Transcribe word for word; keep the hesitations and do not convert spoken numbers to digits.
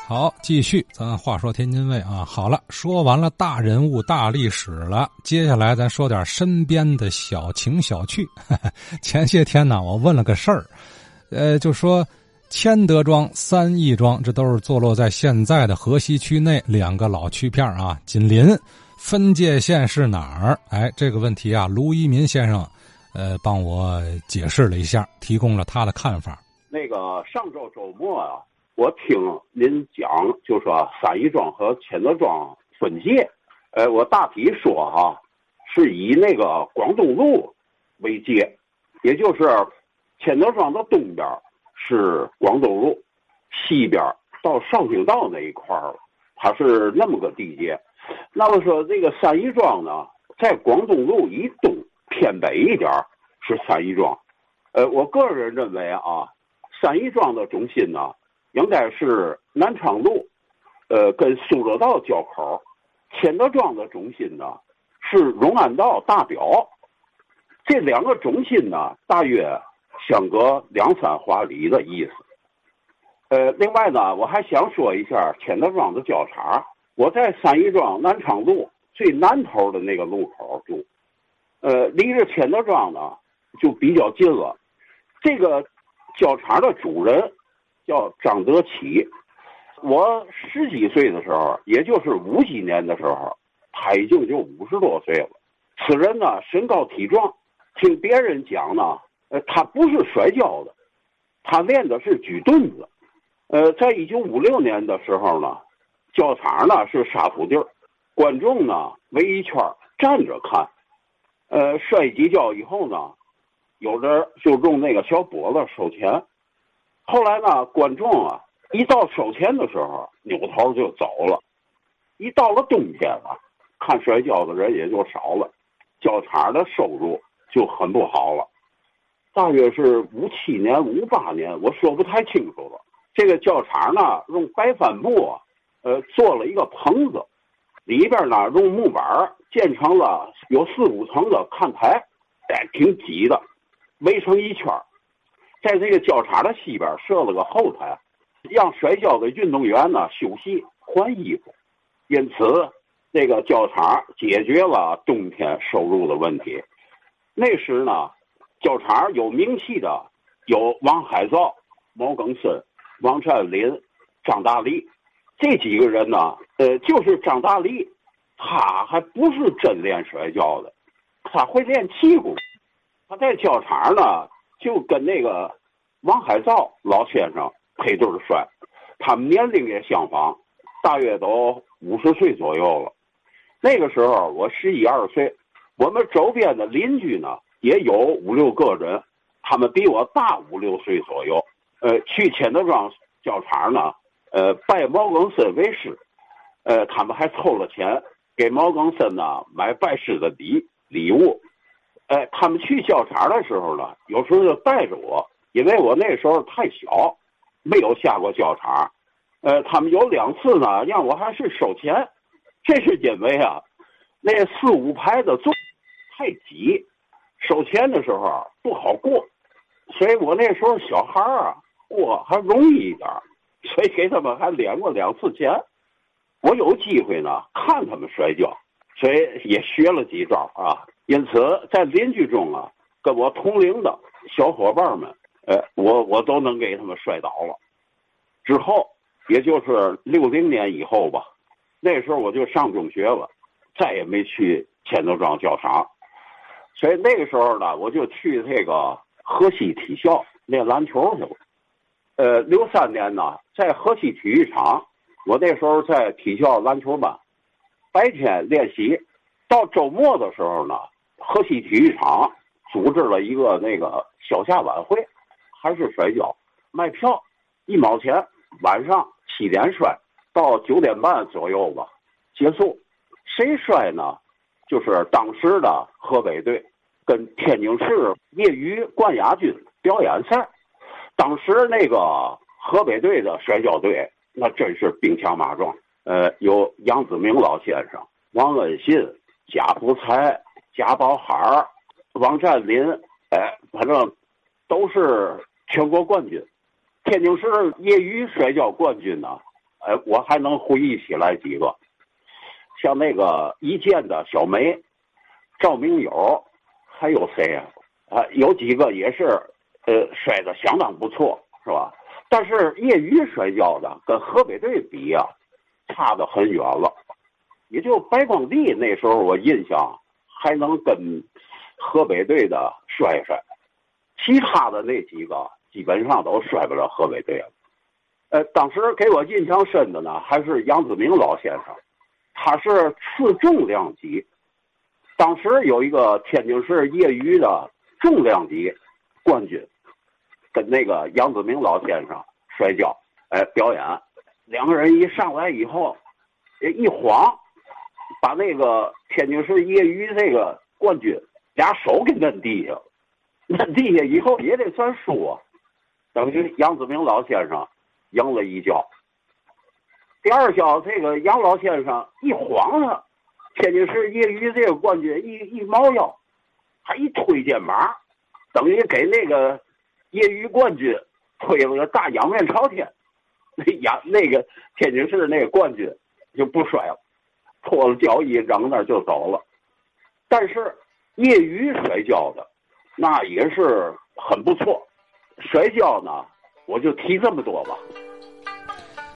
好，继续，咱话说天津卫啊。好了，说完了大人物、大历史了，接下来咱说点身边的小情小趣。前些天呢，我问了个事儿，呃，就说千德庄、三义庄，这都是坐落在现在的河西区内两个老区片啊，紧邻，分界线是哪儿？哎，这个问题啊，卢一民先生，呃，帮我解释了一下，提供了他的看法。 那个上周周末啊。我听您讲，就说三义庄和千德庄分界，呃，我大体说哈，是以那个广东路为界，也就是千德庄的东边是广东路，西边到绍兴道那一块儿，它是那么个地界。那么说这个三义庄呢，在广东路以东偏北一点是三义庄。呃，我个人认为啊，三义庄的中心呢，应该是南昌路，呃，跟苏州道交口。千德庄的中心呢是荣安道大表，这两个中心呢大约相隔两三华里的意思。呃，另外呢，我还想说一下千德庄的交叉。我在三义庄南昌路最南头的那个路口住，呃，离着千德庄呢就比较近了。这个交叉的主人叫张德启，我十几岁的时候，也就是五几年的时候，他已经就五十多岁了。此人呢，身高体壮，听别人讲呢，呃，他不是摔跤的，他练的是举盾子。呃，在一九五六年的时候呢，教场呢是沙土地儿，观众呢围一圈站着看。呃，摔几跤以后呢，有的就用那个小跛子收钱。后来呢，观众啊，一到收钱的时候，扭头就走了。一到了冬天了，看摔跤的人也就少了，交场的收入就很不好了。大约是五七年、五八年，我说不太清楚了。这个交场呢，用白帆布啊，呃，做了一个棚子，里边呢用木板建成了有四五层的看台，哎，挺挤的，围成一圈。在这个交叉的西边设了个后台，让摔跤的运动员呢休息换衣服。因此这个交叉解决了冬天收入的问题。那时呢，交叉有名气的有王海造、毛更森、王占林、张大力。这几个人呢，呃，就是张大力，他还不是真练摔跤的，他会练气功。他在交叉呢就跟那个王海造老先生配对摔，他们年龄也相仿，大约都五十岁左右了。那个时候我十一二岁，我们周边的邻居呢也有五六个人，他们比我大五六岁左右。呃，去千德庄交叉呢，呃，拜毛更森为师，呃，他们还凑了钱给毛更森呢买拜师的礼礼物。呃，他们去交叉的时候呢，有时候就带着我，因为我那时候太小，没有下过交叉。呃，他们有两次呢，让我还是收钱，这是因为啊，那四五排的座太挤，收钱的时候不好过，所以我那时候小孩啊，过还容易一点，所以给他们还连过两次钱。我有机会呢看他们摔跤，所以也学了几招啊。因此在邻居中啊，跟我同龄的小伙伴们，呃，我我都能给他们摔倒了。之后也就是六零年以后吧，那时候我就上中学了，再也没去千德庄交叉。所以那个时候呢，我就去这个河西体校练篮球去了。呃，六三年呢，在河西体育场，我那时候在体校篮球班，白天练习，到周末的时候呢，河西体育场组织了一个那个小夏晚会，还是摔跤，卖票一毛钱，晚上七点摔，到九点半左右吧结束。谁摔呢？就是当时的河北队跟天津市业余冠亚军表演赛。当时那个河北队的摔跤队那真是兵强马壮，呃，有杨子明老先生、王恩信、贾福才、贾宝海、王占林，哎，反正都是全国冠军。天津市业余摔跤冠军呢， 哎，我还能回忆起来几个，像那个一建的小梅、赵明友，还有谁呀、啊？啊，有几个也是，呃，摔得相当不错，是吧？但是业余摔跤的跟河北队比啊，差得很远了。也就白光地那时候，我印象还能跟河北队的摔摔，其他的那几个基本上都摔不了河北队了。呃，当时给我印象深的呢，还是杨子明老先生，他是次重量级。当时有一个天津市业余的重量级冠军，跟那个杨子明老先生摔跤，哎，表演，两个人一上来以后，一晃，把那个天津市业余这个冠军俩手给摁地下，摁地下以后也得算输啊，等于杨子明老先生赢了一跤。第二跤，这个杨老先生一晃了，天津市业余这个冠军一一猫腰，还一推肩膀，等于给那个业余冠军推了个大仰面朝天。那仰那个天津市那个冠军就不摔了，脱了脚衣扔那儿就走了。但是业余摔跤的那也是很不错。摔跤呢，我就提这么多吧。